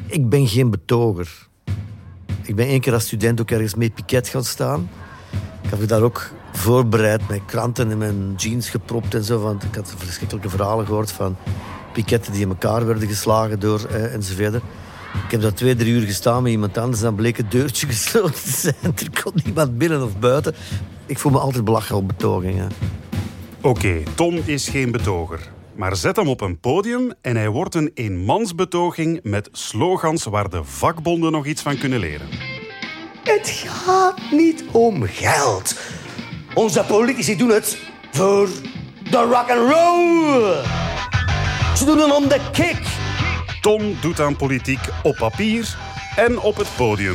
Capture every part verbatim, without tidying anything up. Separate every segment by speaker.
Speaker 1: Ik ben geen betoger. Ik ben één keer als student ook ergens mee piket gaan staan. Ik heb me daar ook voorbereid met kranten in mijn jeans gepropt en zo. Want ik had verschrikkelijke verhalen gehoord van piketten die in elkaar werden geslagen door eh, enzovoort. Ik heb daar twee, drie uur gestaan met iemand anders en dan bleek het deurtje gesloten te zijn. Er kon niemand binnen of buiten. Ik voel me altijd belachelijk op betogingen.
Speaker 2: Oké, okay, Tom is geen betoger. Maar zet hem op een podium en hij wordt een eenmansbetoging met slogans waar de vakbonden nog iets van kunnen leren.
Speaker 3: Het gaat niet om geld. Onze politici doen het voor de rock and roll. Ze doen het om de kick.
Speaker 2: Tom doet aan politiek op papier en op het podium.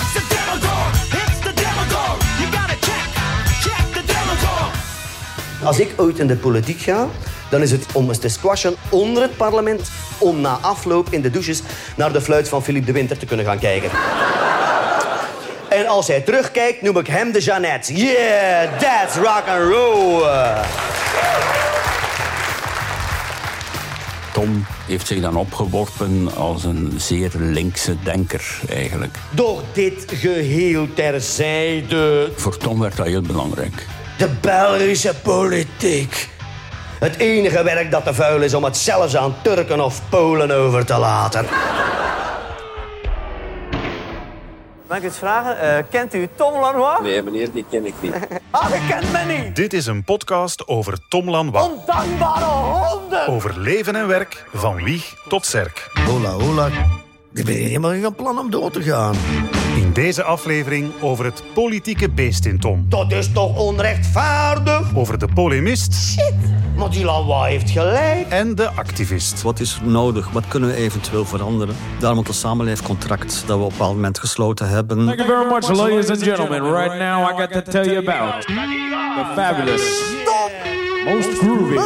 Speaker 3: Als ik ooit in de politiek ga, dan is het om eens te squashen onder het parlement, om na afloop in de douches naar de fluit van Philippe de Winter te kunnen gaan kijken. En als hij terugkijkt, noem ik hem de Jeannette. Yeah, that's rock and roll.
Speaker 4: Tom heeft zich dan opgeworpen als een zeer linkse denker, eigenlijk.
Speaker 3: Door dit geheel terzijde.
Speaker 4: Voor Tom werd dat heel belangrijk.
Speaker 3: De Belgische politiek. Het enige werk dat te vuil is om het zelfs aan Turken of Polen over te laten.
Speaker 5: Mag ik eens vragen, uh, kent u Tom Lanois?
Speaker 6: Nee, meneer, die ken ik niet.
Speaker 5: Ah, je kent me niet!
Speaker 2: Dit is een podcast over Tom Lanois.
Speaker 5: Ondankbare honden!
Speaker 2: Over leven en werk, van wieg tot zerk.
Speaker 1: Hola, hola. Ik ben helemaal niet van plan om dood te gaan.
Speaker 2: In deze aflevering over het politieke beest in Tom.
Speaker 3: Dat is toch onrechtvaardig?
Speaker 2: Over de polemist.
Speaker 3: Shit, maar die Lanois heeft gelijk.
Speaker 2: En de activist.
Speaker 7: Wat is er nodig? Wat kunnen we eventueel veranderen? Daarom het samenleefcontract dat we op een bepaald moment gesloten hebben.
Speaker 8: Thank you very much, ladies and gentlemen. Right now I got to tell you about the fabulous, most groovy.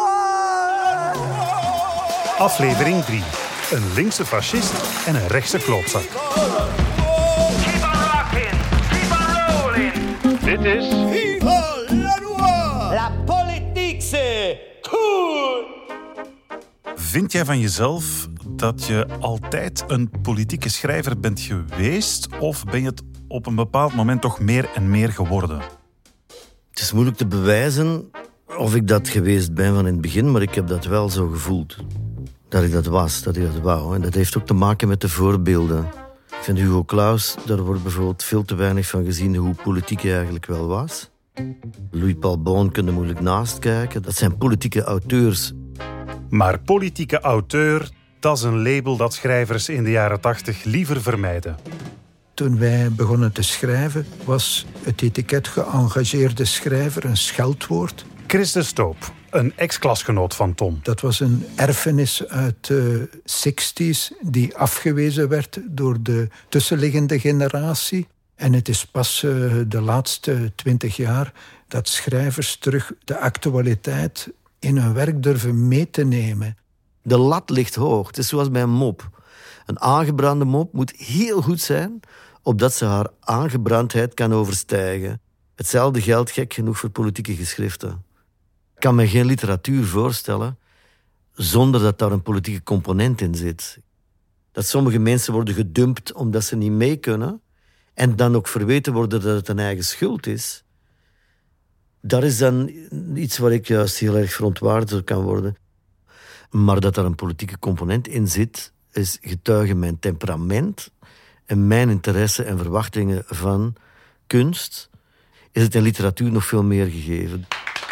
Speaker 2: Aflevering drie. Een linkse fascist en een rechtse klootzak.
Speaker 9: Keep on rocking, keep on rolling.
Speaker 2: Dit is...
Speaker 3: Viva Lanois! La politiek, c'est cool!
Speaker 2: Vind jij van jezelf dat je altijd een politieke schrijver bent geweest? Of ben je het op een bepaald moment toch meer en meer geworden?
Speaker 1: Het is moeilijk te bewijzen of ik dat geweest ben van in het begin, maar ik heb dat wel zo gevoeld. Dat ik dat was, dat ik dat wou. En dat heeft ook te maken met de voorbeelden. Ik vind Hugo Claus, daar wordt bijvoorbeeld veel te weinig van gezien hoe politiek hij eigenlijk wel was. Louis-Paul Beaune kun je moeilijk naast kijken. Dat zijn politieke auteurs.
Speaker 2: Maar politieke auteur, dat is een label dat schrijvers in de jaren tachtig liever vermijden.
Speaker 10: Toen wij begonnen te schrijven, was het etiket geëngageerde schrijver een scheldwoord.
Speaker 2: Chris de Stoop, een ex-klasgenoot van Tom.
Speaker 10: Dat was een erfenis uit de zestig's die afgewezen werd door de tussenliggende generatie. En het is pas uh, de laatste twintig jaar dat schrijvers terug de actualiteit in hun werk durven mee te nemen.
Speaker 1: De lat ligt hoog. Het is zoals bij een mop. Een aangebrande mop moet heel goed zijn, opdat ze haar aangebrandheid kan overstijgen. Hetzelfde geldt gek genoeg voor politieke geschriften. Ik kan me geen literatuur voorstellen zonder dat daar een politieke component in zit. Dat sommige mensen worden gedumpt omdat ze niet mee kunnen en dan ook verweten worden dat het een eigen schuld is. Dat is dan iets waar ik juist heel erg verontwaardigd door kan worden. Maar dat daar een politieke component in zit, is getuige mijn temperament en mijn interesse en verwachtingen van kunst, is het in literatuur nog veel meer gegeven.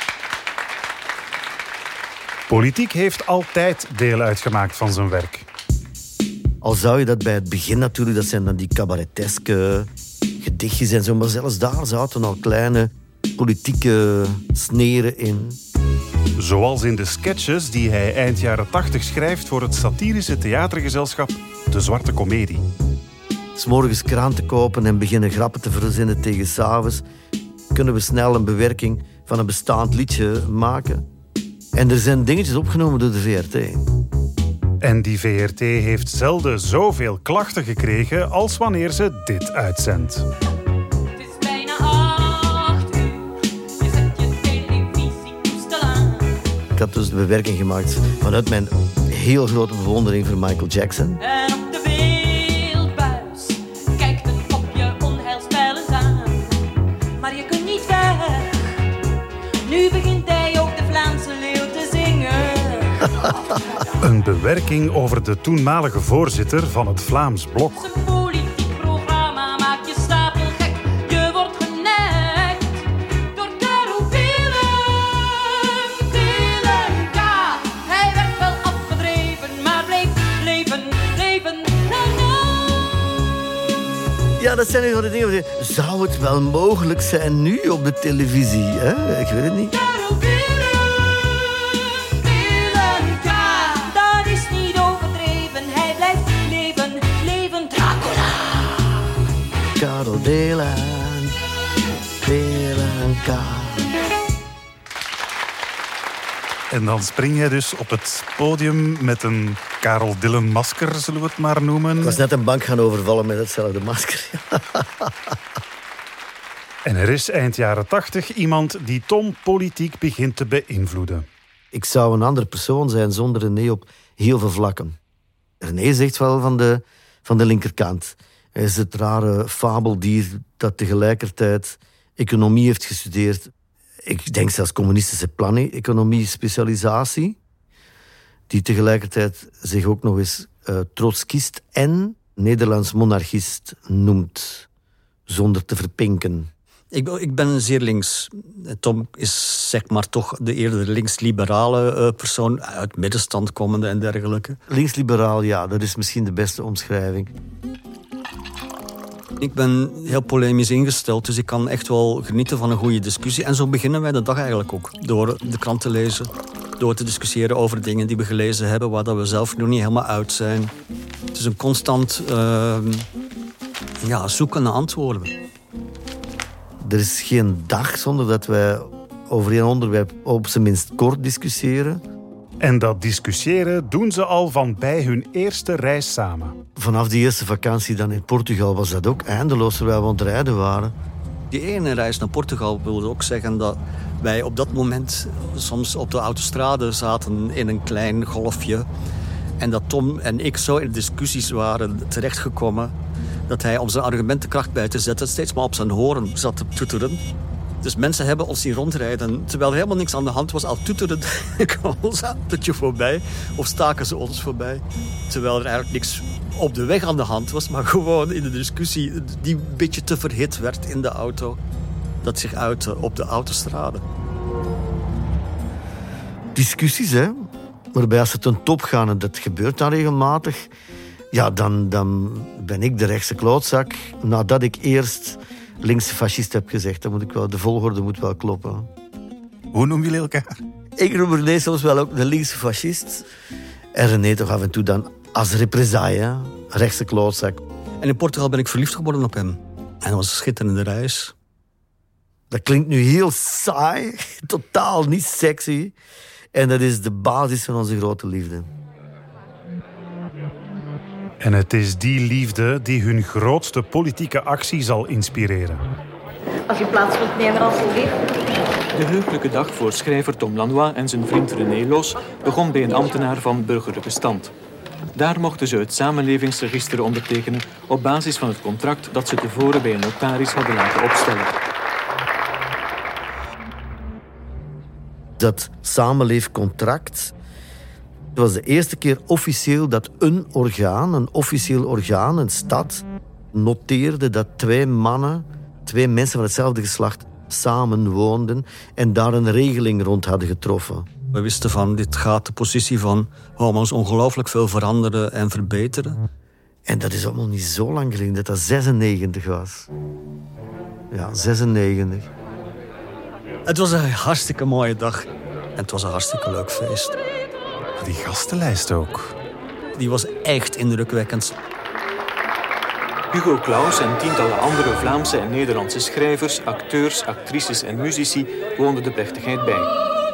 Speaker 2: Politiek heeft altijd deel uitgemaakt van zijn werk.
Speaker 1: Al zou je dat bij het begin natuurlijk, dat zijn dan die cabareteske gedichtjes en zo, maar zelfs daar zaten al kleine politieke sneren in.
Speaker 2: Zoals in de sketches die hij eind jaren tachtig schrijft voor het satirische theatergezelschap De Zwarte Komedie.
Speaker 1: 'S Morgens kranten kopen en beginnen grappen te verzinnen tegen 's avonds. Kunnen we snel een bewerking van een bestaand liedje maken. En er zijn dingetjes opgenomen door de V R T.
Speaker 2: En die V R T heeft zelden zoveel klachten gekregen als wanneer ze dit uitzendt.
Speaker 11: Het is bijna acht uur, je zet je televisietoestel aan.
Speaker 1: Ik had dus de bewerking gemaakt vanuit mijn heel grote bewondering voor Michael Jackson.
Speaker 11: En op de wereld
Speaker 2: Een bewerking over de toenmalige voorzitter van het Vlaams Blok.
Speaker 11: Zijn politiek programma maakt je stapelgek. Je wordt genekt door Karel Willem Dillenga. Hij werd wel afgedreven, maar bleef leven, leven.
Speaker 1: Ja, dat zijn nu van de dingen. waar je- Zou het wel mogelijk zijn nu op de televisie? Hè? Ik weet het niet.
Speaker 11: Karel Willem Dillenga. Dat is niet overdreven, hij blijft leven, leven. Dracula.
Speaker 1: Karel Delan, Delanka.
Speaker 2: En dan spring jij dus op het podium met een Karel Dillen masker, zullen we het maar noemen.
Speaker 1: Ik was net een bank gaan overvallen met hetzelfde masker.
Speaker 2: En er is eind jaren tachtig iemand die Tom politiek begint te beïnvloeden.
Speaker 1: Ik zou een andere persoon zijn zonder René op heel veel vlakken. René zegt wel van de, van de linkerkant. Hij is het rare fabeldier dat tegelijkertijd economie heeft gestudeerd. Ik denk zelfs communistische plannen, economie, specialisatie. Die tegelijkertijd zich ook nog eens uh, trotskist en Nederlands monarchist noemt. Zonder te verpinken.
Speaker 7: Ik, ben- ik ben zeer links. Tom is zeg maar toch de eerder links-liberale eh, persoon, uit middenstand komende en dergelijke.
Speaker 1: Linksliberaal, ja, dat is misschien de beste omschrijving.
Speaker 7: Ik ben heel polemisch ingesteld, dus ik kan echt wel genieten van een goede discussie. En zo beginnen wij de dag eigenlijk ook. Door de krant te lezen, door te discussiëren over dingen die we gelezen hebben, waar dat we zelf nog niet helemaal uit zijn. Het is een constant uh, ja, zoeken naar antwoorden.
Speaker 1: Er is geen dag zonder dat wij over een onderwerp op zijn minst kort discussiëren.
Speaker 2: En dat discussiëren doen ze al van bij hun eerste reis samen.
Speaker 1: Vanaf die eerste vakantie dan in Portugal was dat ook eindeloos terwijl we aan het rijden waren.
Speaker 7: Die ene reis naar Portugal wilde ook zeggen dat wij op dat moment soms op de autostrade zaten in een klein golfje. En dat Tom en ik zo in discussies waren terechtgekomen dat hij om zijn argumentenkracht bij te zetten steeds maar op zijn horen zat te toeteren. Dus mensen hebben ons zien rondrijden terwijl er helemaal niks aan de hand was. Al toeterend kwam ons autootje voorbij of staken ze ons voorbij. Terwijl er eigenlijk niks op de weg aan de hand was, maar gewoon in de discussie die een beetje te verhit werd in de auto. Dat zich uitte op de autostrade.
Speaker 1: Discussies, hè. Waarbij als ze ten top gaan, en dat gebeurt dan regelmatig, ja, dan, dan ben ik de rechtse klootzak nadat ik eerst linkse fascist heb gezegd. Dan moet ik wel, de volgorde moet wel kloppen.
Speaker 2: Hoe noemen jullie elkaar?
Speaker 1: Ik noem René soms wel ook de linkse fascist. En René toch af en toe dan als represaille, rechtse klootzak.
Speaker 7: En in Portugal ben ik verliefd geworden op hem. En dat was een schitterende reis.
Speaker 1: Dat klinkt nu heel saai, totaal niet sexy. En dat is de basis van onze grote liefde.
Speaker 2: En het is die liefde die hun grootste politieke actie zal inspireren.
Speaker 6: Als je plaatsvindt Nederlands lief.
Speaker 12: De heugelijke dag voor schrijver Tom Lanois en zijn vriend René Loos begon bij een ambtenaar van burgerlijke stand. Daar mochten ze het samenlevingsregister ondertekenen op basis van het contract dat ze tevoren bij een notaris hadden laten opstellen.
Speaker 1: Dat samenleefcontract was de eerste keer officieel dat een orgaan, een officieel orgaan, een stad, noteerde dat twee mannen, twee mensen van hetzelfde geslacht, samen woonden en daar een regeling rond hadden getroffen.
Speaker 7: We wisten van, dit gaat de positie van homo's ongelooflijk veel veranderen en verbeteren.
Speaker 1: En dat is allemaal niet zo lang geleden, dat dat zesennegentig was. Ja, zesennegentig.
Speaker 7: Het was een hartstikke mooie dag. En het was een hartstikke leuk feest.
Speaker 2: Die gastenlijst ook.
Speaker 7: Die was echt indrukwekkend.
Speaker 12: Hugo Claus en tientallen andere Vlaamse en Nederlandse schrijvers, acteurs, actrices en muzici woonden de plechtigheid bij.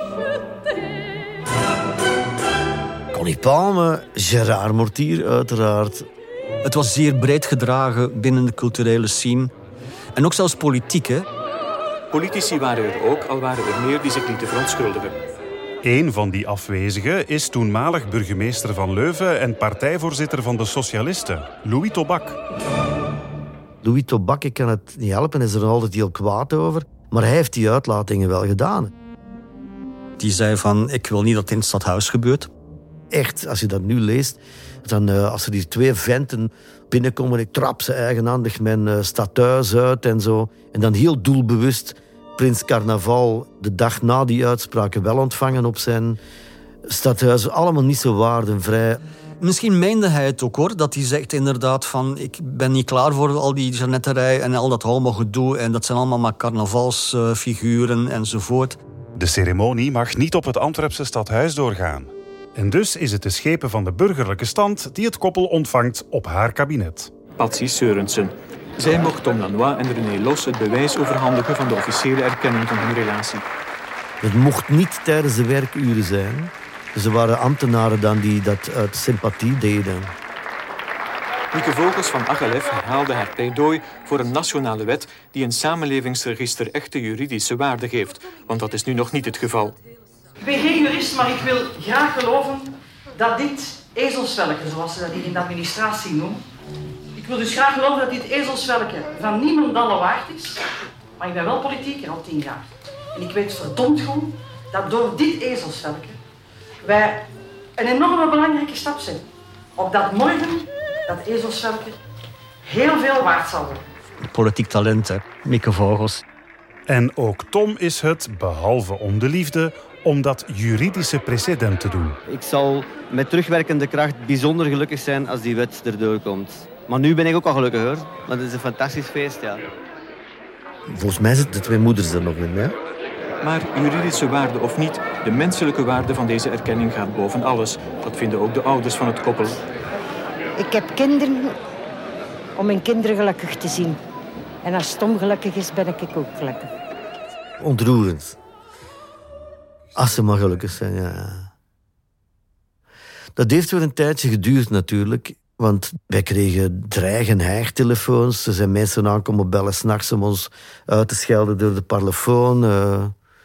Speaker 1: Connie Palme, Gérard Mortier uiteraard.
Speaker 7: Het was zeer breed gedragen binnen de culturele scene. En ook zelfs politiek, hè?
Speaker 12: Politici waren er ook, al waren er meer die zich lieten verontschuldigen.
Speaker 2: Eén van die afwezigen is toenmalig burgemeester van Leuven en partijvoorzitter van de Socialisten, Louis Tobak.
Speaker 1: Louis Tobak, ik kan het niet helpen, is er altijd heel kwaad over. Maar hij heeft die uitlatingen wel gedaan.
Speaker 7: Die zei van, ik wil niet dat het in het stadhuis gebeurt.
Speaker 1: echt, als je dat nu leest, dan uh, als er die twee venten binnenkomen, ik trap ze eigenhandig mijn uh, stadhuis uit en zo. En dan heel doelbewust Prins Carnaval de dag na die uitspraken wel ontvangen op zijn stadhuis. Allemaal niet zo waardenvrij.
Speaker 7: Misschien meende hij het ook, hoor. Dat hij zegt inderdaad van... ik ben niet klaar voor al die Jeannetterij en al dat homo-gedoe. En dat zijn allemaal maar carnavalsfiguren uh, enzovoort.
Speaker 2: De ceremonie mag niet op het Antwerpse stadhuis doorgaan. En dus is het de schepen van de burgerlijke stand die het koppel ontvangt op haar kabinet.
Speaker 12: Patsy Seurentsen. Zij mocht Tom Lanois en René Los het bewijs overhandigen van de officiële erkenning van hun relatie.
Speaker 1: Het mocht niet tijdens de werkuren zijn. Dus er waren ambtenaren dan die dat uit sympathie deden.
Speaker 12: Mieke Vogels van Agelef herhaalde haar pleidooi voor een nationale wet die een samenlevingsregister echte juridische waarde geeft. Want dat is nu nog niet het geval.
Speaker 13: Ik ben geen jurist, maar ik wil graag geloven dat dit ezelsvelken, zoals ze dat hier in de administratie noemen, ik wil dus graag geloven dat dit ezelsvelken van niemand alle waard is, maar ik ben wel politieker al tien jaar. En ik weet verdomd goed dat door dit ezelsvelken wij een enorme belangrijke stap zetten. Opdat morgen dat ezelsvelken heel veel waard zal worden.
Speaker 7: Politiek talent, hè. Mieke Vogels.
Speaker 2: En ook Tom is het, behalve om de liefde, om dat juridische precedent te doen.
Speaker 5: Ik zal met terugwerkende kracht bijzonder gelukkig zijn als die wet erdoor komt. Maar nu ben ik ook al gelukkig, hoor. Want het is een fantastisch feest, ja.
Speaker 1: Volgens mij zitten de twee moeders er nog in, hè?
Speaker 12: Maar juridische waarde of niet, de menselijke waarde van deze erkenning gaat boven alles. Dat vinden ook de ouders van het koppel.
Speaker 14: Ik heb kinderen om mijn kinderen gelukkig te zien. En als Tom gelukkig is, ben ik ook gelukkig.
Speaker 1: Ontroerend. Als ze maar gelukkig zijn, ja. Dat heeft weer een tijdje geduurd natuurlijk. Want wij kregen dreig- en hijgtelefoons. Er zijn mensen aankomen bellen 's nachts om ons uit te schelden door de parlofoon. Uh.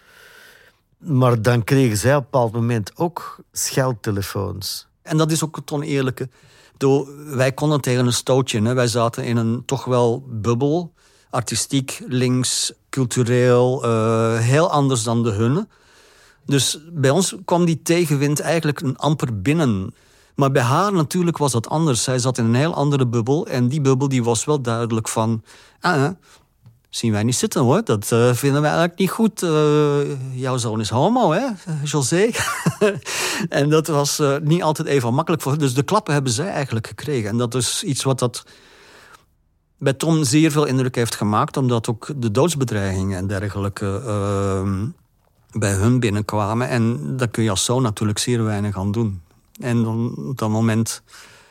Speaker 1: Maar dan kregen zij op een bepaald moment ook scheldtelefoons.
Speaker 7: En dat is ook het oneerlijke. Door, wij konden tegen een stootje. Hè. Wij zaten in een toch wel bubbel. Artistiek, links, cultureel. Uh, heel anders dan de hunne. Dus bij ons kwam die tegenwind eigenlijk een amper binnen. Maar bij haar natuurlijk was dat anders. Zij zat in een heel andere bubbel. En die bubbel die was wel duidelijk van... Ah, zien wij niet zitten, hoor. Dat uh, vinden wij eigenlijk niet goed. Uh, jouw zoon is homo, hè, José? En dat was uh, niet altijd even makkelijk voor. Dus de klappen hebben zij eigenlijk gekregen. En dat is iets wat dat bij Tom zeer veel indruk heeft gemaakt. Omdat ook de doodsbedreigingen en dergelijke uh, bij hun binnenkwamen. En dat kun je als zoon natuurlijk zeer weinig aan doen. En dan, op dat moment,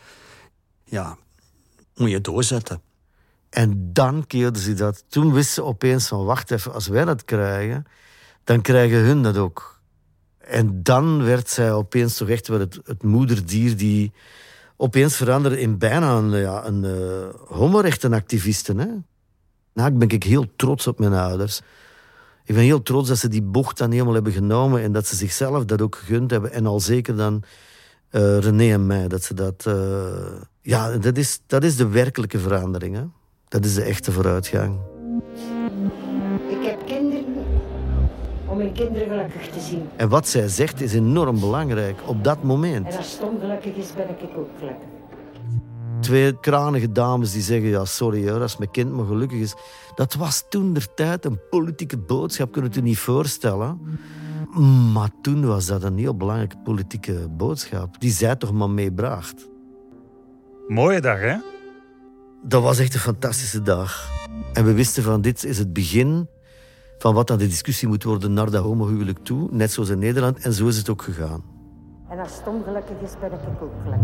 Speaker 7: ja, moet je doorzetten.
Speaker 1: En dan keerden ze dat. Toen wisten ze opeens van, wacht even, als wij dat krijgen, dan krijgen hun dat ook. En dan werd zij opeens toch echt wel het, het moederdier die opeens veranderde in bijna een, ja, een uh, homorechtenactiviste. Hè? Nou, ben ik heel trots op mijn ouders. Ik ben heel trots dat ze die bocht dan helemaal hebben genomen en dat ze zichzelf dat ook gegund hebben. En al zeker dan uh, René en mij, dat ze dat... Uh, ja, dat is, dat is de werkelijke verandering, hè? Dat is de echte vooruitgang.
Speaker 14: Ik heb kinderen om mijn kinderen gelukkig te zien.
Speaker 1: En wat zij zegt is enorm belangrijk op dat moment.
Speaker 14: En als Tom gelukkig is, ben ik ook gelukkig.
Speaker 1: Twee kranige dames die zeggen, ja, sorry hoor, als mijn kind maar gelukkig is. Dat was toen der tijd een politieke boodschap, kun je het je niet voorstellen. Maar toen was dat een heel belangrijke politieke boodschap. Die zij toch maar meebracht.
Speaker 2: Mooie dag, hè?
Speaker 1: Dat was echt een fantastische dag. En we wisten van, dit is het begin van wat dan de discussie moet worden naar dat homohuwelijk toe. Net zoals in Nederland. En zo is het ook gegaan.
Speaker 14: En als Tom gelukkig is, ben ik ook gelukkig.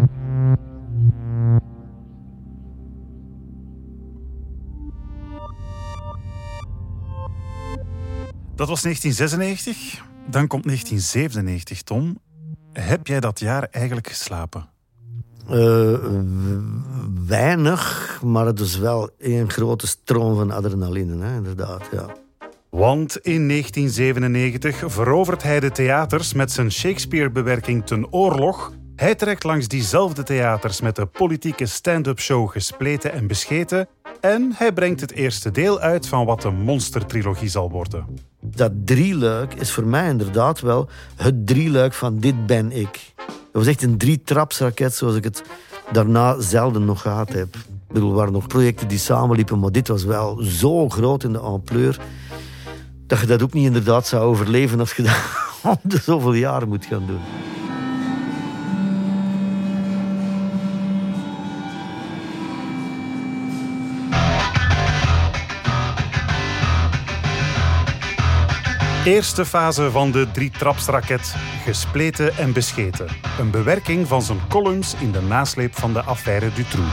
Speaker 2: Dat was negentien zesennegentig. Dan komt negentien zevenennegentig, Tom. Heb jij dat jaar eigenlijk geslapen?
Speaker 1: Uh, weinig, maar het is wel een grote stroom van adrenaline, hè, inderdaad, ja.
Speaker 2: Want in negentien zevenennegentig verovert hij de theaters met zijn Shakespeare-bewerking Ten Oorlog. Hij trekt langs diezelfde theaters met de politieke stand-up show Gespleten en Bescheten. En hij brengt het eerste deel uit van wat de monstertrilogie zal worden.
Speaker 1: Dat drieluik is voor mij inderdaad wel het drieluik van dit ben ik. was echt een drie-trapsraket zoals ik het daarna zelden nog gehad heb. Ik bedoel, er waren nog projecten die samenliepen, maar dit was wel zo groot in de ampleur dat je dat ook niet inderdaad zou overleven als je dat om de zoveel jaren moet gaan doen.
Speaker 2: Eerste fase van de drietrapsraket, gespleten en bescheten. Een bewerking van zijn columns in de nasleep van de affaire Dutroux.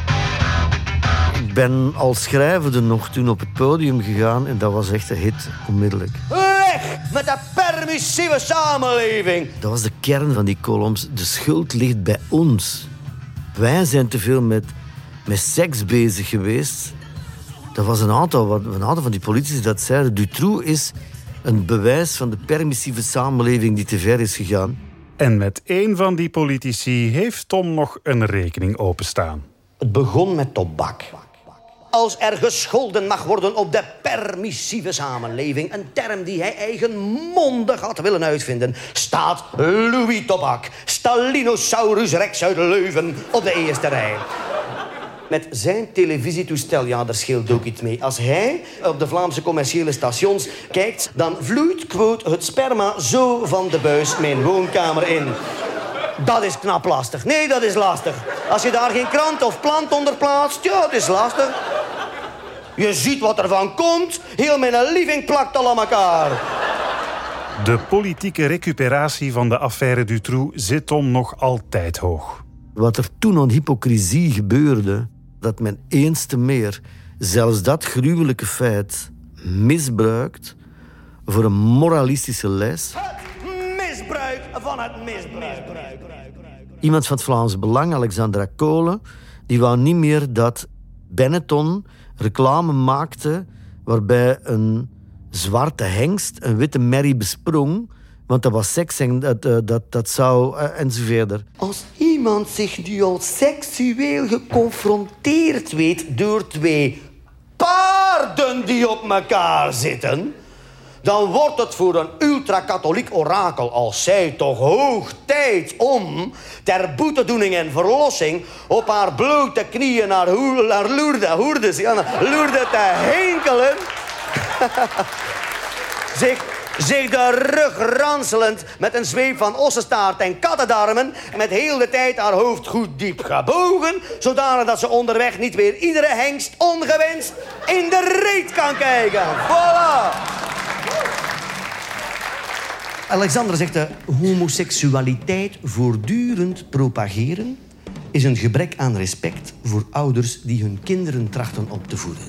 Speaker 1: Ik ben als schrijvende nog toen op het podium gegaan en dat was echt een hit, onmiddellijk.
Speaker 3: Weg met de permissieve samenleving!
Speaker 1: Dat was de kern van die columns. De schuld ligt bij ons. Wij zijn te veel met, met seks bezig geweest. Dat was een aantal, een aantal van die politici dat zeiden. Dutroux is een bewijs van de permissieve samenleving die te ver is gegaan.
Speaker 2: En met één van die politici heeft Tom nog een rekening openstaan.
Speaker 3: Het begon met tobak. Als er gescholden mag worden op de permissieve samenleving, een term die hij eigenmondig had willen uitvinden, staat Louis Tobak, Stalinosaurus Rex uit Leuven, op de eerste rij. Met zijn televisietoestel, ja, daar scheelt ook iets mee. Als hij op de Vlaamse commerciële stations kijkt, dan vloeit, quote, het sperma zo van de buis mijn woonkamer in. Dat is knap lastig. Nee, dat is lastig. Als je daar geen krant of plant onder plaatst, ja, dat is lastig. Je ziet wat er van komt. Heel mijn living plakt al aan elkaar.
Speaker 2: De politieke recuperatie van de affaire Dutroux zit Tom nog altijd hoog.
Speaker 1: Wat er toen aan hypocrisie gebeurde, dat men eens te meer zelfs dat gruwelijke feit misbruikt voor een moralistische les.
Speaker 3: Het misbruik van het misbruik.
Speaker 1: Iemand van het Vlaams Belang, Alexandra Kolen, die wou niet meer dat Benetton reclame maakte waarbij een zwarte hengst een witte merrie besprong, want dat was seks en dat, dat, dat zou uh, enzovoort.
Speaker 3: Als iemand zich nu al seksueel geconfronteerd weet door twee paarden die op elkaar zitten, dan wordt het voor een ultra-katholiek orakel als zij toch hoog tijd om, ter boetedoening en verlossing, op haar blote knieën naar, Ho- naar Lourdes, Lourdes, ja, naar Lourdes te hinkelen. zich, zich de rug ranselend met een zweep van ossenstaart en kattendarmen, met heel de tijd haar hoofd goed diep gebogen, zodanig dat ze onderweg niet weer iedere hengst ongewenst in de reet kan kijken. Voilà! Alexander zegt de homoseksualiteit voortdurend propageren is een gebrek aan respect voor ouders die hun kinderen trachten op te voeden.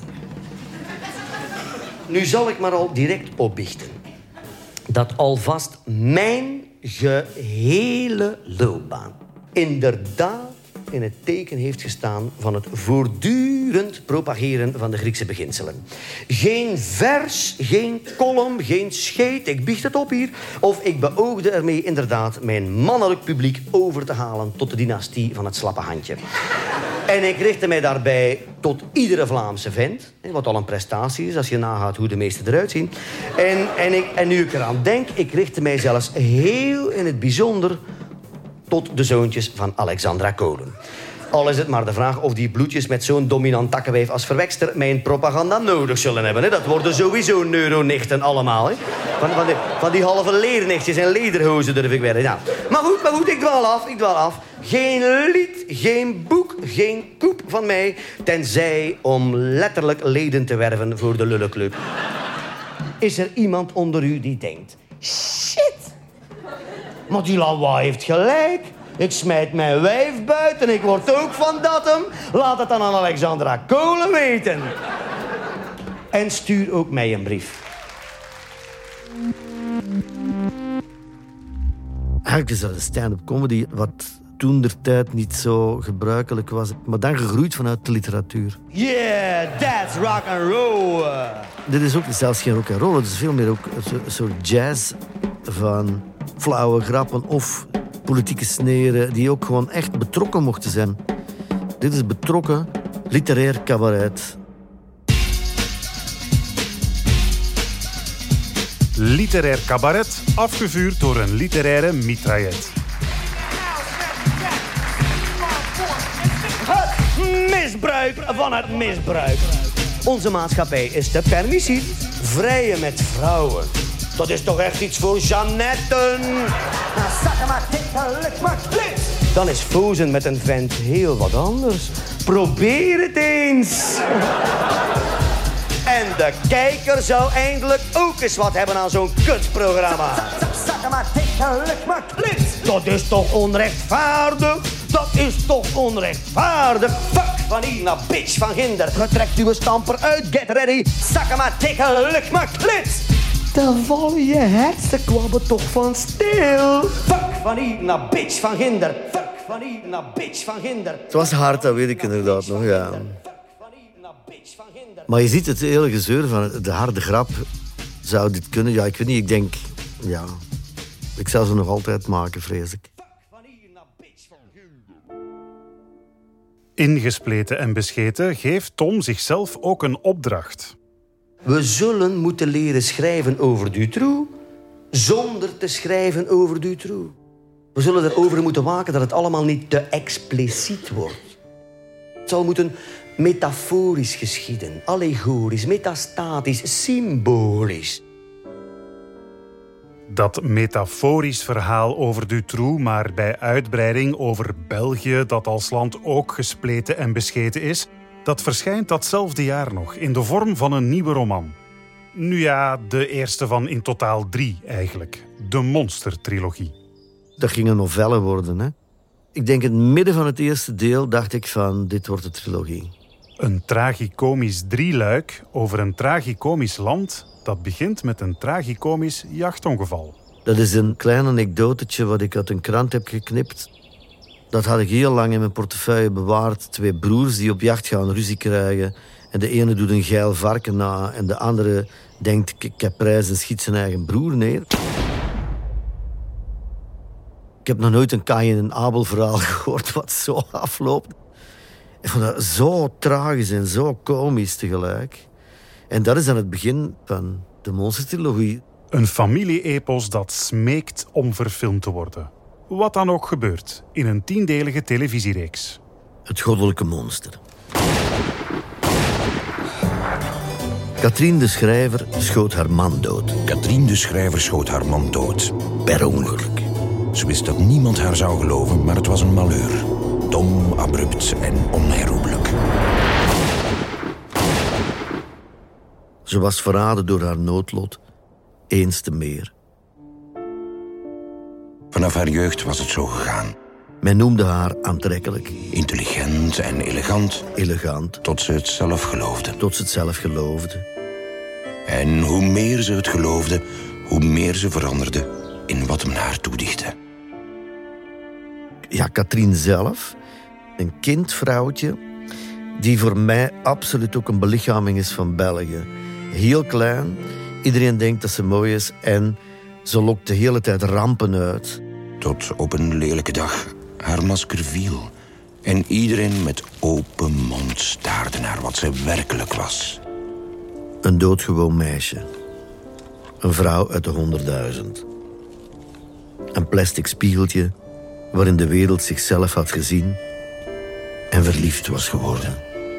Speaker 3: Nu zal ik maar al direct opbiechten dat alvast mijn gehele loopbaan inderdaad in het teken heeft gestaan van het voortdurend propageren van de Griekse beginselen. Geen vers, geen column, geen scheet, ik biecht het op hier. Of ik beoogde ermee inderdaad mijn mannelijk publiek over te halen tot de dynastie van het slappe handje. En ik richtte mij daarbij tot iedere Vlaamse vent, wat al een prestatie is als je nagaat hoe de meesten eruit zien. En, en, ik, en nu ik eraan denk, ik richtte mij zelfs heel in het bijzonder tot de zoontjes van Alexandra Kolen. Al is het maar de vraag of die bloedjes met zo'n dominant takkenwijf als verwekster mijn propaganda nodig zullen hebben. Hè? Dat worden sowieso neuronichten allemaal. Hè? Van, van, die, van die halve leernichtjes en lederhozen durf ik weer. Ja. Maar goed, maar goed, ik dwaal af, ik dwaal af. Geen lied, geen boek, geen koep van mij, tenzij om letterlijk leden te werven voor de Lullenclub. Is er iemand onder u die denkt, shit, maar die Lanois heeft gelijk. Ik smijt mijn wijf buiten, ik word ook van dat hem. Laat het dan aan Alexandra Kolen weten. En stuur ook mij een brief.
Speaker 1: Eigenlijk is dat een stand-up comedy wat toentertijd niet zo gebruikelijk was, maar dan gegroeid vanuit de literatuur.
Speaker 3: Yeah, that's rock and roll.
Speaker 1: Dit is ook zelfs geen rock and roll, het is veel meer ook een soort jazz van flauwe grappen of politieke sneren die ook gewoon echt betrokken mochten zijn. Dit is betrokken literair cabaret.
Speaker 2: Literair cabaret, afgevuurd door een literaire mitraillet.
Speaker 3: misbruik van het misbruik. Onze maatschappij is te permissief. Vrijen met vrouwen. Dat is toch echt iets voor Jeannetten? Dan is fozen met een vent heel wat anders. Probeer het eens. En de kijker zou eindelijk ook eens wat hebben aan zo'n kutprogramma. Dat is toch onrechtvaardig? Dat is toch onrechtvaardig? Fuck van hier naar bitch van ginder. Getrekt uw stamper uit, get ready. Zakken maar dikke, luk maar klit. Dan vallen je hersenkwabben toch van stil. Fuck van hier naar bitch van ginder. Fuck van hier naar bitch van ginder.
Speaker 1: Het was hard, dat weet ik inderdaad nog, ja. Maar je ziet het hele gezeur van de harde grap. Zou dit kunnen? Ja, ik weet niet. Ik denk, ja... Ik zou ze nog altijd maken, vrees ik.
Speaker 2: Ingespleten en bescheten geeft Tom zichzelf ook een opdracht.
Speaker 3: We zullen moeten leren schrijven over Dutroux zonder te schrijven over Dutroux. We zullen erover moeten waken dat het allemaal niet te expliciet wordt. Het zal moeten metaforisch geschieden, allegorisch, metastatisch, symbolisch.
Speaker 2: Dat metaforisch verhaal over Dutroux, maar bij uitbreiding over België, dat als land ook gespleten en bescheten is, dat verschijnt datzelfde jaar nog in de vorm van een nieuwe roman. Nu ja, de eerste van in totaal drie eigenlijk. De Monster-trilogie.
Speaker 1: Dat ging een novelle worden, hè. Ik denk in het midden van het eerste deel dacht ik van, dit wordt de trilogie.
Speaker 2: Een tragicomisch drieluik over een tragicomisch land dat begint met een tragicomisch jachtongeval.
Speaker 1: Dat is een klein anekdotetje wat ik uit een krant heb geknipt. Dat had ik heel lang in mijn portefeuille bewaard. Twee broers die op jacht gaan ruzie krijgen. En de ene doet een geil varken na en de andere denkt, ik heb prijs en schiet zijn eigen broer neer. Ik heb nog nooit een Kain en Abel verhaal gehoord wat zo afloopt. Ik vond dat zo tragisch en zo komisch tegelijk. En dat is dan het begin van de Monster-trilogie.
Speaker 2: Een familie-epos dat smeekt om verfilmd te worden. Wat dan ook gebeurt in een tiendelige televisiereeks.
Speaker 1: Het goddelijke monster. Katrien de Schrijver schoot haar man dood.
Speaker 15: Katrien de Schrijver schoot haar man dood.
Speaker 1: Per ongeluk.
Speaker 15: Ze wist dat niemand haar zou geloven, maar het was een malheur. Dom, abrupt en onherroepelijk.
Speaker 1: Ze was verraden door haar noodlot, eens te meer.
Speaker 15: Vanaf haar jeugd was het zo gegaan.
Speaker 1: Men noemde haar aantrekkelijk.
Speaker 15: Intelligent en elegant.
Speaker 1: Elegant.
Speaker 15: Tot ze het zelf geloofde.
Speaker 1: Tot ze het zelf geloofde.
Speaker 15: En hoe meer ze het geloofde, hoe meer ze veranderde in wat men haar toedichtte.
Speaker 1: Ja, Katrien zelf, een kindvrouwtje, die voor mij absoluut ook een belichaming is van België. Heel klein, iedereen denkt dat ze mooi is en ze lokt de hele tijd rampen uit.
Speaker 15: Tot op een lelijke dag haar masker viel en iedereen met open mond staarde naar wat ze werkelijk was.
Speaker 1: Een doodgewoon meisje. Een vrouw uit de honderdduizend. Een plastic spiegeltje waarin de wereld zichzelf had gezien en verliefd was geworden.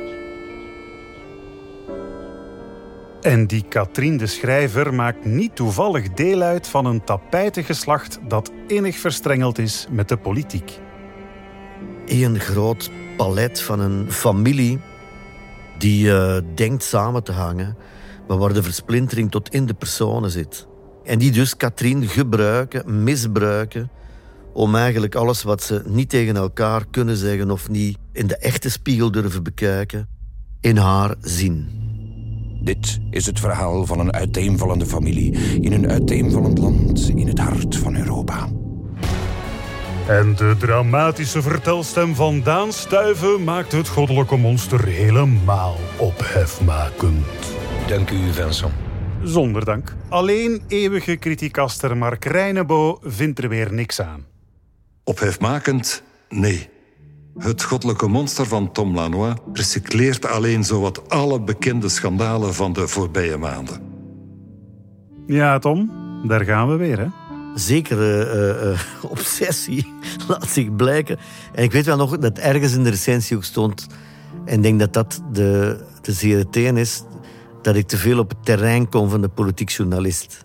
Speaker 2: En die Katrien de Schrijver maakt niet toevallig deel uit van een tapijtengeslacht dat innig verstrengeld is met de politiek.
Speaker 1: Een groot palet van een familie die uh, denkt samen te hangen, maar waar de versplintering tot in de personen zit. En die dus Katrien gebruiken, misbruiken, om eigenlijk alles wat ze niet tegen elkaar kunnen zeggen of niet in de echte spiegel durven bekijken, in haar zien.
Speaker 15: Dit is het verhaal van een uiteenvallende familie in een uiteenvallend land in het hart van Europa.
Speaker 2: En de dramatische vertelstem van Daan Stuyven maakt het goddelijke monster helemaal ophefmakend.
Speaker 15: Dank u, Vincent.
Speaker 2: Zonder dank. Alleen eeuwige kritiekaster Mark Reinebo vindt er weer niks aan.
Speaker 16: Ophefmakend? Nee. Het goddelijke monster van Tom Lanois recycleert alleen zowat alle bekende schandalen van de voorbije maanden.
Speaker 2: Ja, Tom, daar gaan we weer, hè?
Speaker 1: Zekere uh, uh, obsessie laat zich blijken. En ik weet wel nog dat ergens in de recensie ook stond En ik denk dat dat de, de zere teen is, dat ik te veel op het terrein kom van de politiek journalist.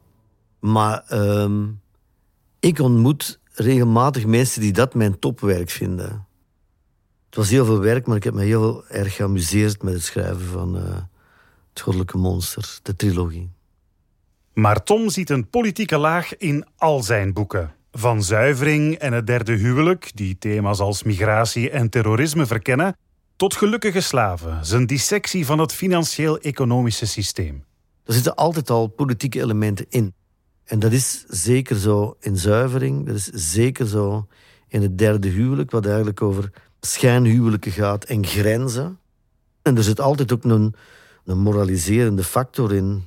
Speaker 1: Maar uh, ik ontmoet regelmatig mensen die dat mijn topwerk vinden. Het was heel veel werk, maar ik heb me heel erg geamuseerd met het schrijven van uh, Het Goddelijke Monster, de trilogie.
Speaker 2: Maar Tom ziet een politieke laag in al zijn boeken. Van Zuivering en Het Derde Huwelijk, die thema's als migratie en terrorisme verkennen, tot Gelukkige Slaven, zijn dissectie van het financieel-economische systeem.
Speaker 1: Er zitten altijd al politieke elementen in. En dat is zeker zo in Zuivering, dat is zeker zo in Het Derde Huwelijk, wat eigenlijk over schijnhuwelijken gaat en grenzen. En er zit altijd ook een, een moraliserende factor in.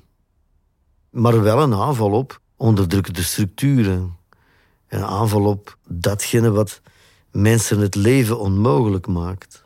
Speaker 1: Maar wel een aanval op onderdrukkende structuren. Een aanval op datgene wat mensen het leven onmogelijk maakt.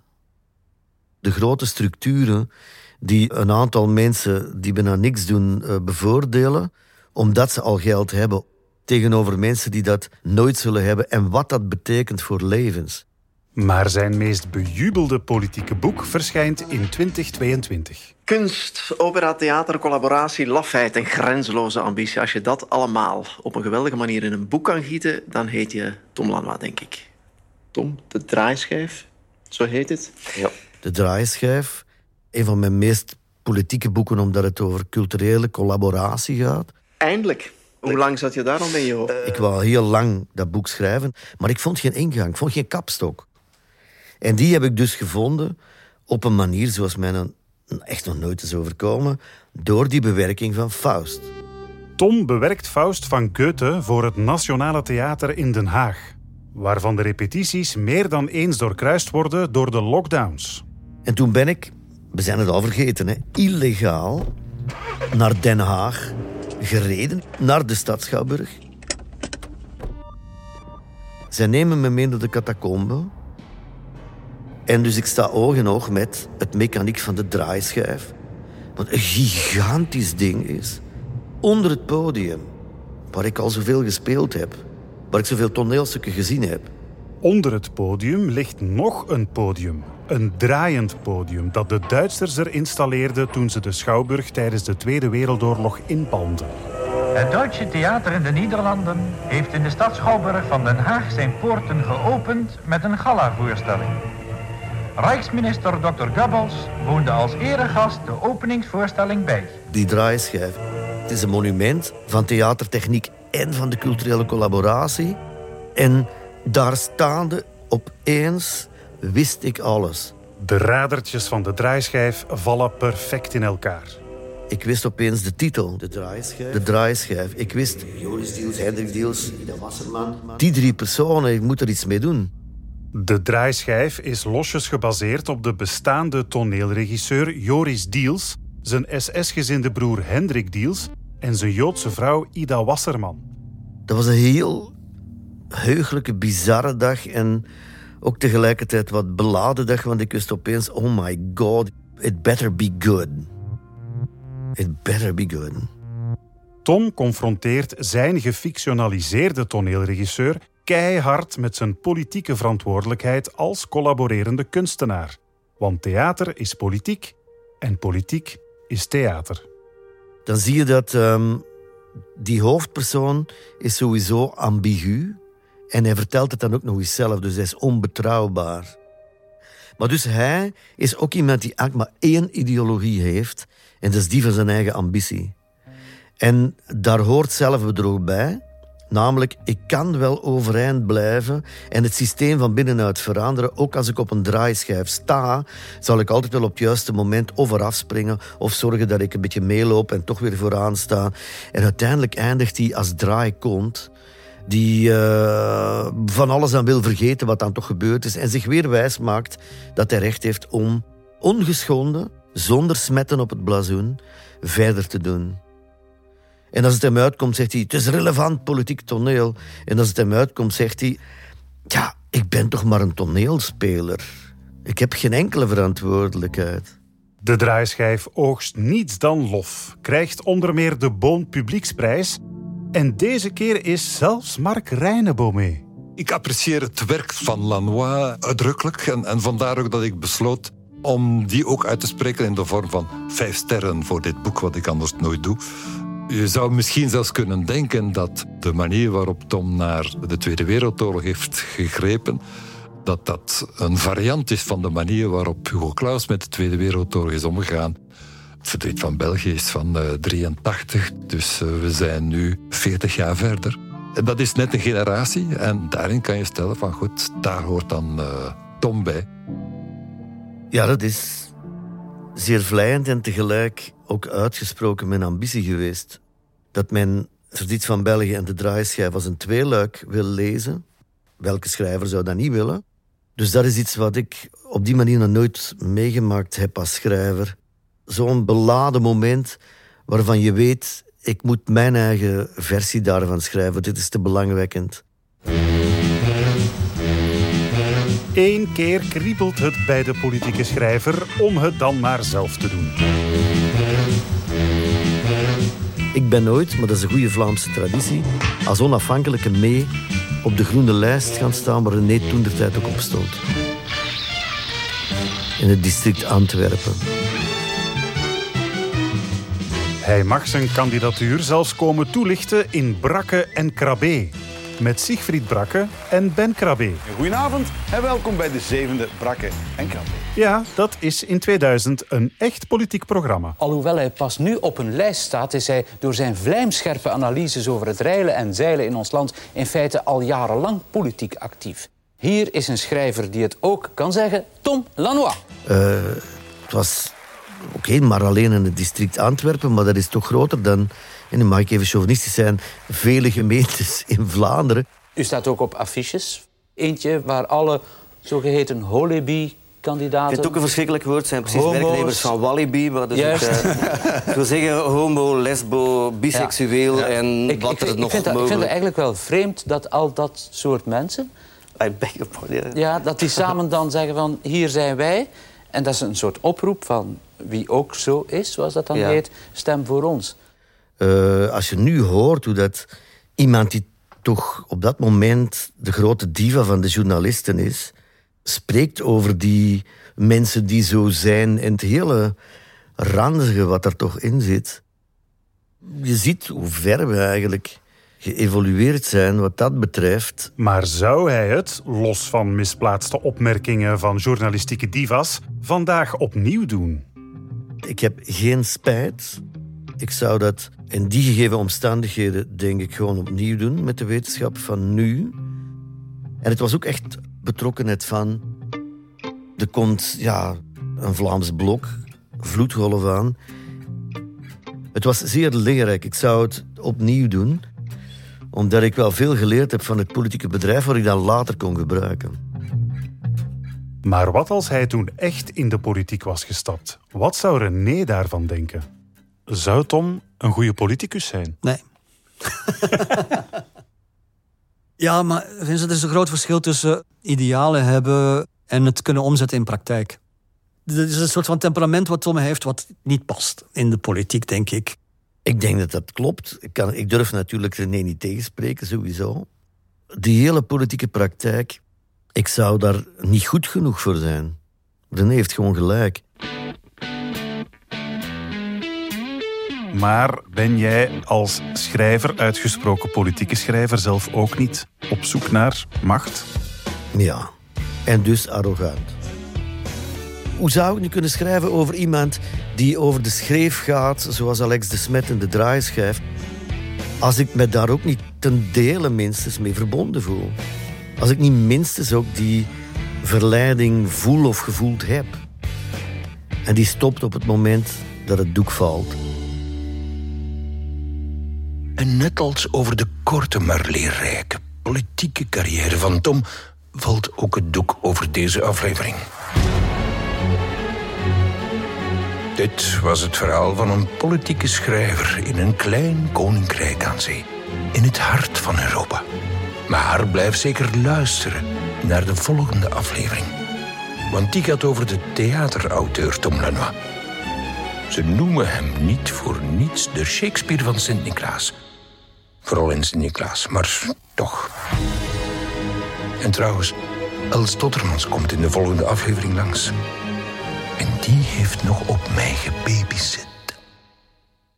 Speaker 1: De grote structuren die een aantal mensen die bijna niks doen uh, bevoordelen, omdat ze al geld hebben, tegenover mensen die dat nooit zullen hebben en wat dat betekent voor levens.
Speaker 2: Maar zijn meest bejubelde politieke boek verschijnt in twintig tweeëntwintig.
Speaker 17: Kunst, opera, theater, collaboratie, lafheid en grenzeloze ambitie. Als je dat allemaal op een geweldige manier in een boek kan gieten, dan heet je Tom Lanois, denk ik. Tom, de draaischijf, zo heet het.
Speaker 1: Ja. De draaischijf, een van mijn meest politieke boeken, omdat het over culturele collaboratie gaat.
Speaker 17: Eindelijk. Hoe lang zat je daar al mee, joh?
Speaker 1: Ik wou heel lang dat boek schrijven, maar ik vond geen ingang, ik vond geen kapstok. En die heb ik dus gevonden op een manier zoals mij een, echt nog nooit is overkomen, door die bewerking van Faust.
Speaker 2: Tom bewerkt Faust van Goethe voor het Nationale Theater in Den Haag, waarvan de repetities meer dan eens doorkruist worden door de lockdowns.
Speaker 1: En toen ben ik, we zijn het al vergeten, hè, illegaal naar Den Haag gereden, naar de stad Schouwburg. Zij nemen me mee naar de catacombe. En dus ik sta oog in oog met het mechaniek van de draaischijf. Wat een gigantisch ding is. Onder het podium, waar ik al zoveel gespeeld heb. Waar ik zoveel toneelstukken gezien heb.
Speaker 2: Onder het podium ligt nog een podium. Een draaiend podium dat de Duitsers er installeerden toen ze de Schouwburg tijdens de Tweede Wereldoorlog inpalmden.
Speaker 18: Het Duitse Theater in de Nederlanden heeft in de stad Schouwburg van Den Haag zijn poorten geopend met een gala-voorstelling. Rijksminister dokter Goebbels woonde als eregast de openingsvoorstelling bij.
Speaker 1: Die draaischijf, het is een monument van theatertechniek en van de culturele collaboratie. En daar staande opeens wist ik alles.
Speaker 2: De radertjes van de draaischijf vallen perfect in elkaar.
Speaker 1: Ik wist opeens de titel. De draaischijf. De draaischijf. Ik wist Joris Diels, Hendrik Diels, Ida Wasserman. Die drie personen, ik moet er iets mee doen.
Speaker 2: De draaischijf is losjes gebaseerd op de bestaande toneelregisseur Joris Diels, zijn S S-gezinde broer Hendrik Diels en zijn Joodse vrouw Ida Wasserman.
Speaker 1: Dat was een heel heugelijke, bizarre dag en ook tegelijkertijd wat beladen dag, want ik wist opeens, oh my god, it better be good. It better be good.
Speaker 2: Tom confronteert zijn gefictionaliseerde toneelregisseur keihard met zijn politieke verantwoordelijkheid als collaborerende kunstenaar. Want theater is politiek en politiek is theater.
Speaker 1: Dan zie je dat um, die hoofdpersoon is sowieso ambigu en hij vertelt het dan ook nog eens zelf, dus hij is onbetrouwbaar. Maar dus hij is ook iemand die eigenlijk maar één ideologie heeft en dat is die van zijn eigen ambitie. En daar hoort zelfbedrog bij. Namelijk, ik kan wel overeind blijven en het systeem van binnenuit veranderen. Ook als ik op een draaischijf sta, zal ik altijd wel op het juiste moment of eraf springen of zorgen dat ik een beetje meeloop en toch weer vooraan sta. En uiteindelijk eindigt hij als draaikont die uh, van alles aan wil vergeten wat dan toch gebeurd is en zich weer wijs maakt dat hij recht heeft om ongeschonden, zonder smetten op het blazoen, verder te doen. En als het hem uitkomt, zegt hij, het is relevant politiek toneel. En als het hem uitkomt, zegt hij, ja, ik ben toch maar een toneelspeler. Ik heb geen enkele verantwoordelijkheid.
Speaker 2: De draaischijf oogst niets dan lof, krijgt onder meer de Boon Publieksprijs. En deze keer is zelfs Mark Reineboom mee.
Speaker 16: Ik apprecieer het werk van Lanois uitdrukkelijk. En, en vandaar ook dat ik besloot om die ook uit te spreken in de vorm van vijf sterren voor dit boek, wat ik anders nooit doe. Je zou misschien zelfs kunnen denken dat de manier waarop Tom naar de Tweede Wereldoorlog heeft gegrepen, dat dat een variant is van de manier waarop Hugo Claus met de Tweede Wereldoorlog is omgegaan. Het verdriet van België is van uh, drieëntachtig, dus uh, we zijn nu veertig jaar verder. En dat is net een generatie en daarin kan je stellen van goed, daar hoort dan uh, Tom bij.
Speaker 1: Ja, dat is zeer vleiend en tegelijk ook uitgesproken mijn ambitie geweest. Dat men Verdriet van België en de Draaischijf als een tweeluik wil lezen. Welke schrijver zou dat niet willen? Dus dat is iets wat ik op die manier nog nooit meegemaakt heb als schrijver. Zo'n beladen moment waarvan je weet, ik moet mijn eigen versie daarvan schrijven. Dit is te belangwekkend.
Speaker 2: Eén keer kriebelt het bij de politieke schrijver om het dan maar zelf te doen.
Speaker 1: Ik ben nooit, maar dat is een goede Vlaamse traditie, als onafhankelijke mee op de groene lijst gaan staan waar René toentertijd ook op stond. In het district Antwerpen.
Speaker 2: Hij mag zijn kandidatuur zelfs komen toelichten in Brakke en Krabbe. Met Siegfried Brakke en Ben Krabbe.
Speaker 19: Goedenavond en welkom bij de zevende Brakke en Krabbe.
Speaker 2: Ja, dat is in tweeduizend een echt politiek programma.
Speaker 20: Alhoewel hij pas nu op een lijst staat, is hij door zijn vlijmscherpe analyses over het reilen en zeilen in ons land in feite al jarenlang politiek actief. Hier is een schrijver die het ook kan zeggen, Tom Lanois.
Speaker 1: Uh, het was oké, okay, maar alleen in het district Antwerpen, maar dat is toch groter dan, en dan mag ik even chauvinistisch zijn, vele gemeentes in Vlaanderen.
Speaker 20: U staat ook op affiches. Eentje waar alle zogeheten Walibi-kandidaten...
Speaker 5: Het is ook een verschrikkelijk woord, zijn precies
Speaker 20: Homo's.
Speaker 5: werknemers van Walibi. Maar dus het, uh, ik wil zeggen homo, lesbo, biseksueel ja. en
Speaker 20: ik,
Speaker 5: wat
Speaker 20: ik,
Speaker 5: er
Speaker 20: ik,
Speaker 5: nog
Speaker 20: ik vind dat,
Speaker 5: mogelijk...
Speaker 20: Ik vind het eigenlijk wel vreemd dat al dat soort mensen...
Speaker 5: I beg your pardon.
Speaker 20: Ja, dat die samen dan zeggen van, hier zijn wij. En dat is een soort oproep van wie ook zo is, zoals dat dan ja. heet, stem voor ons.
Speaker 1: Uh, als je nu hoort hoe dat iemand die toch op dat moment de grote diva van de journalisten is, spreekt over die mensen die zo zijn en het hele ranzige wat er toch in zit. Je ziet hoe ver we eigenlijk geëvolueerd zijn wat dat betreft.
Speaker 2: Maar zou hij het, los van misplaatste opmerkingen van journalistieke divas, vandaag opnieuw doen?
Speaker 1: Ik heb geen spijt. Ik zou dat in die gegeven omstandigheden denk ik gewoon opnieuw doen met de wetenschap van nu. En het was ook echt betrokkenheid van... Er komt ja, een Vlaams blok, vloedgolf aan. Het was zeer leerrijk. Ik zou het opnieuw doen, omdat ik wel veel geleerd heb van het politieke bedrijf waar ik dan later kon gebruiken.
Speaker 2: Maar wat als hij toen echt in de politiek was gestapt? Wat zou René daarvan denken? Zou Tom een goede politicus zijn?
Speaker 7: Nee. Ja, maar Vincent, er is een groot verschil tussen idealen hebben en het kunnen omzetten in praktijk. Er is een soort van temperament wat Tom heeft wat niet past in de politiek, denk ik.
Speaker 1: Ik denk dat dat klopt. Ik, kan, ik durf natuurlijk René niet tegenspreken, sowieso. Die hele politieke praktijk, ik zou daar niet goed genoeg voor zijn. René heeft gewoon gelijk.
Speaker 2: Maar ben jij als schrijver, uitgesproken politieke schrijver, zelf ook niet op zoek naar macht?
Speaker 1: Ja, en dus arrogant. Hoe zou ik nu kunnen schrijven over iemand die over de schreef gaat, zoals Alex de Smet in de Draaischijf, als ik me daar ook niet ten dele minstens mee verbonden voel? Als ik niet minstens ook die verleiding voel of gevoeld heb. En die stopt op het moment dat het doek valt.
Speaker 15: En net als over de korte maar leerrijke politieke carrière van Tom valt ook het doek over deze aflevering. Dit was het verhaal van een politieke schrijver in een klein koninkrijk aan zee, in het hart van Europa. Maar blijf zeker luisteren naar de volgende aflevering, want die gaat over de theaterauteur Tom Lanois. Ze noemen hem niet voor niets de Shakespeare van Sint-Niklaas. Vooral in Sint-Niklaas, maar toch. En trouwens, Els Tottermans komt in de volgende aflevering langs. En die heeft nog op mij gebabysit.